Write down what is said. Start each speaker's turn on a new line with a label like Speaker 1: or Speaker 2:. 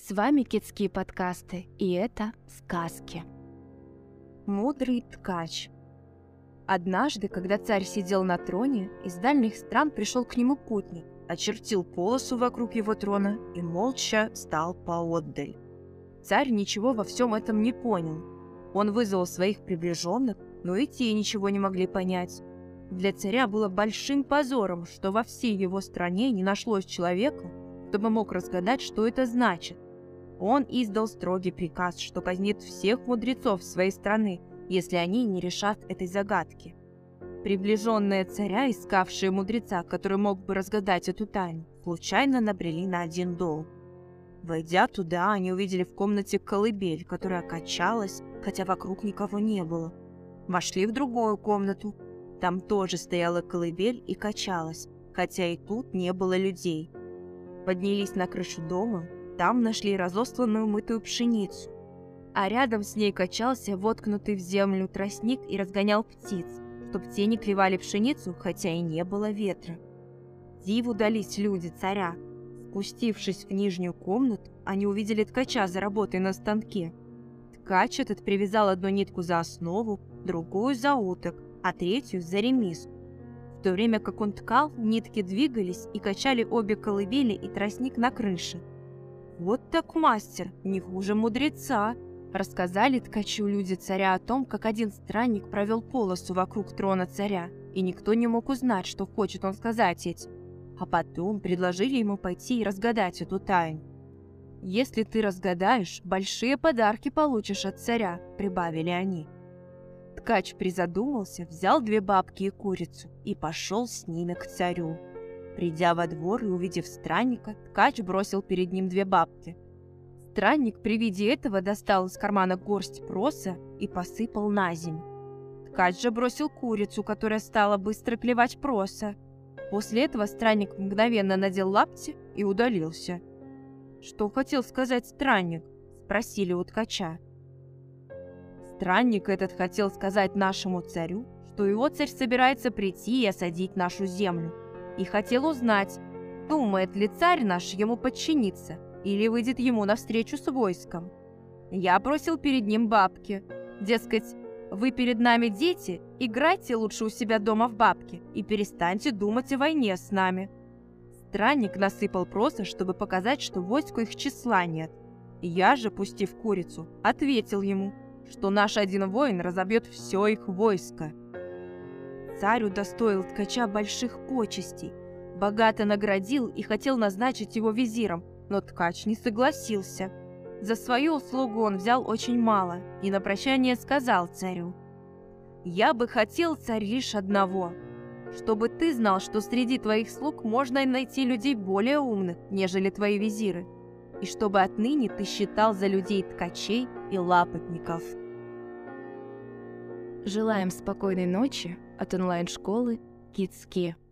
Speaker 1: С вами Китские подкасты, и это сказки. Мудрый ткач. Однажды, когда царь сидел на троне, из дальних стран пришел к нему путник, очертил полосу вокруг его трона и молча стал поотдаль. Царь ничего во всем этом не понял. Он вызвал своих приближенных, но и те ничего не могли понять. Для царя было большим позором, что во всей его стране не нашлось человека, кто бы мог разгадать, что это значит. Он издал строгий приказ, что казнит всех мудрецов своей страны, если они не решат этой загадки. Приближенные царя, искавшие мудреца, который мог бы разгадать эту тайну, случайно набрели на один дом. Войдя туда, они увидели в комнате колыбель, которая качалась, хотя вокруг никого не было. Вошли в другую комнату. Там тоже стояла колыбель и качалась, хотя и тут не было людей. Поднялись на крышу дома, там нашли разосланную мытую пшеницу. А рядом с ней качался воткнутый в землю тростник и разгонял птиц, чтоб те не клевали пшеницу, хотя и не было ветра. Диву дались люди царя. Спустившись в нижнюю комнату, они увидели ткача за работой на станке. Ткач этот привязал одну нитку за основу, другую за уток, а третью за ремиску. В то время как он ткал, нитки двигались и качали обе колыбели и тростник на крыше. «Вот так мастер, не хуже мудреца!» Рассказали ткачу люди царя о том, как один странник провел полосу вокруг трона царя, и никто не мог узнать, что хочет он сказать этим. А потом предложили ему пойти и разгадать эту тайну. «Если ты разгадаешь, большие подарки получишь от царя», — прибавили они. Ткач призадумался, взял 2 бабки и курицу и пошел с ними к царю. Придя во двор и увидев странника, ткач бросил перед ним 2 бабки. Странник при виде этого достал из кармана горсть проса и посыпал на землю. Ткач же бросил курицу, которая стала быстро клевать проса. После этого странник мгновенно надел лапти и удалился. «Что хотел сказать странник?» – спросили у ткача. Странник этот хотел сказать нашему царю, что его царь собирается прийти и осадить нашу землю, и хотел узнать, думает ли царь наш ему подчиниться или выйдет ему навстречу с войском. Я бросил перед ним бабки, дескать, вы перед нами дети, играйте лучше у себя дома в бабки и перестаньте думать о войне с нами. Странник насыпал проса, чтобы показать, что войску их числа нет. Я же, пустив курицу, ответил ему, что наш один воин разобьет все их войско. Царь удостоил ткача больших почестей, богато наградил и хотел назначить его визиром, но ткач не согласился. За свою услугу он взял очень мало и на прощание сказал царю: «Я бы хотел, царь, лишь одного, чтобы ты знал, что среди твоих слуг можно найти людей более умных, нежели твои визиры, и чтобы отныне ты считал за людей ткачей и лапотников». Желаем спокойной ночи от онлайн-школы Китские.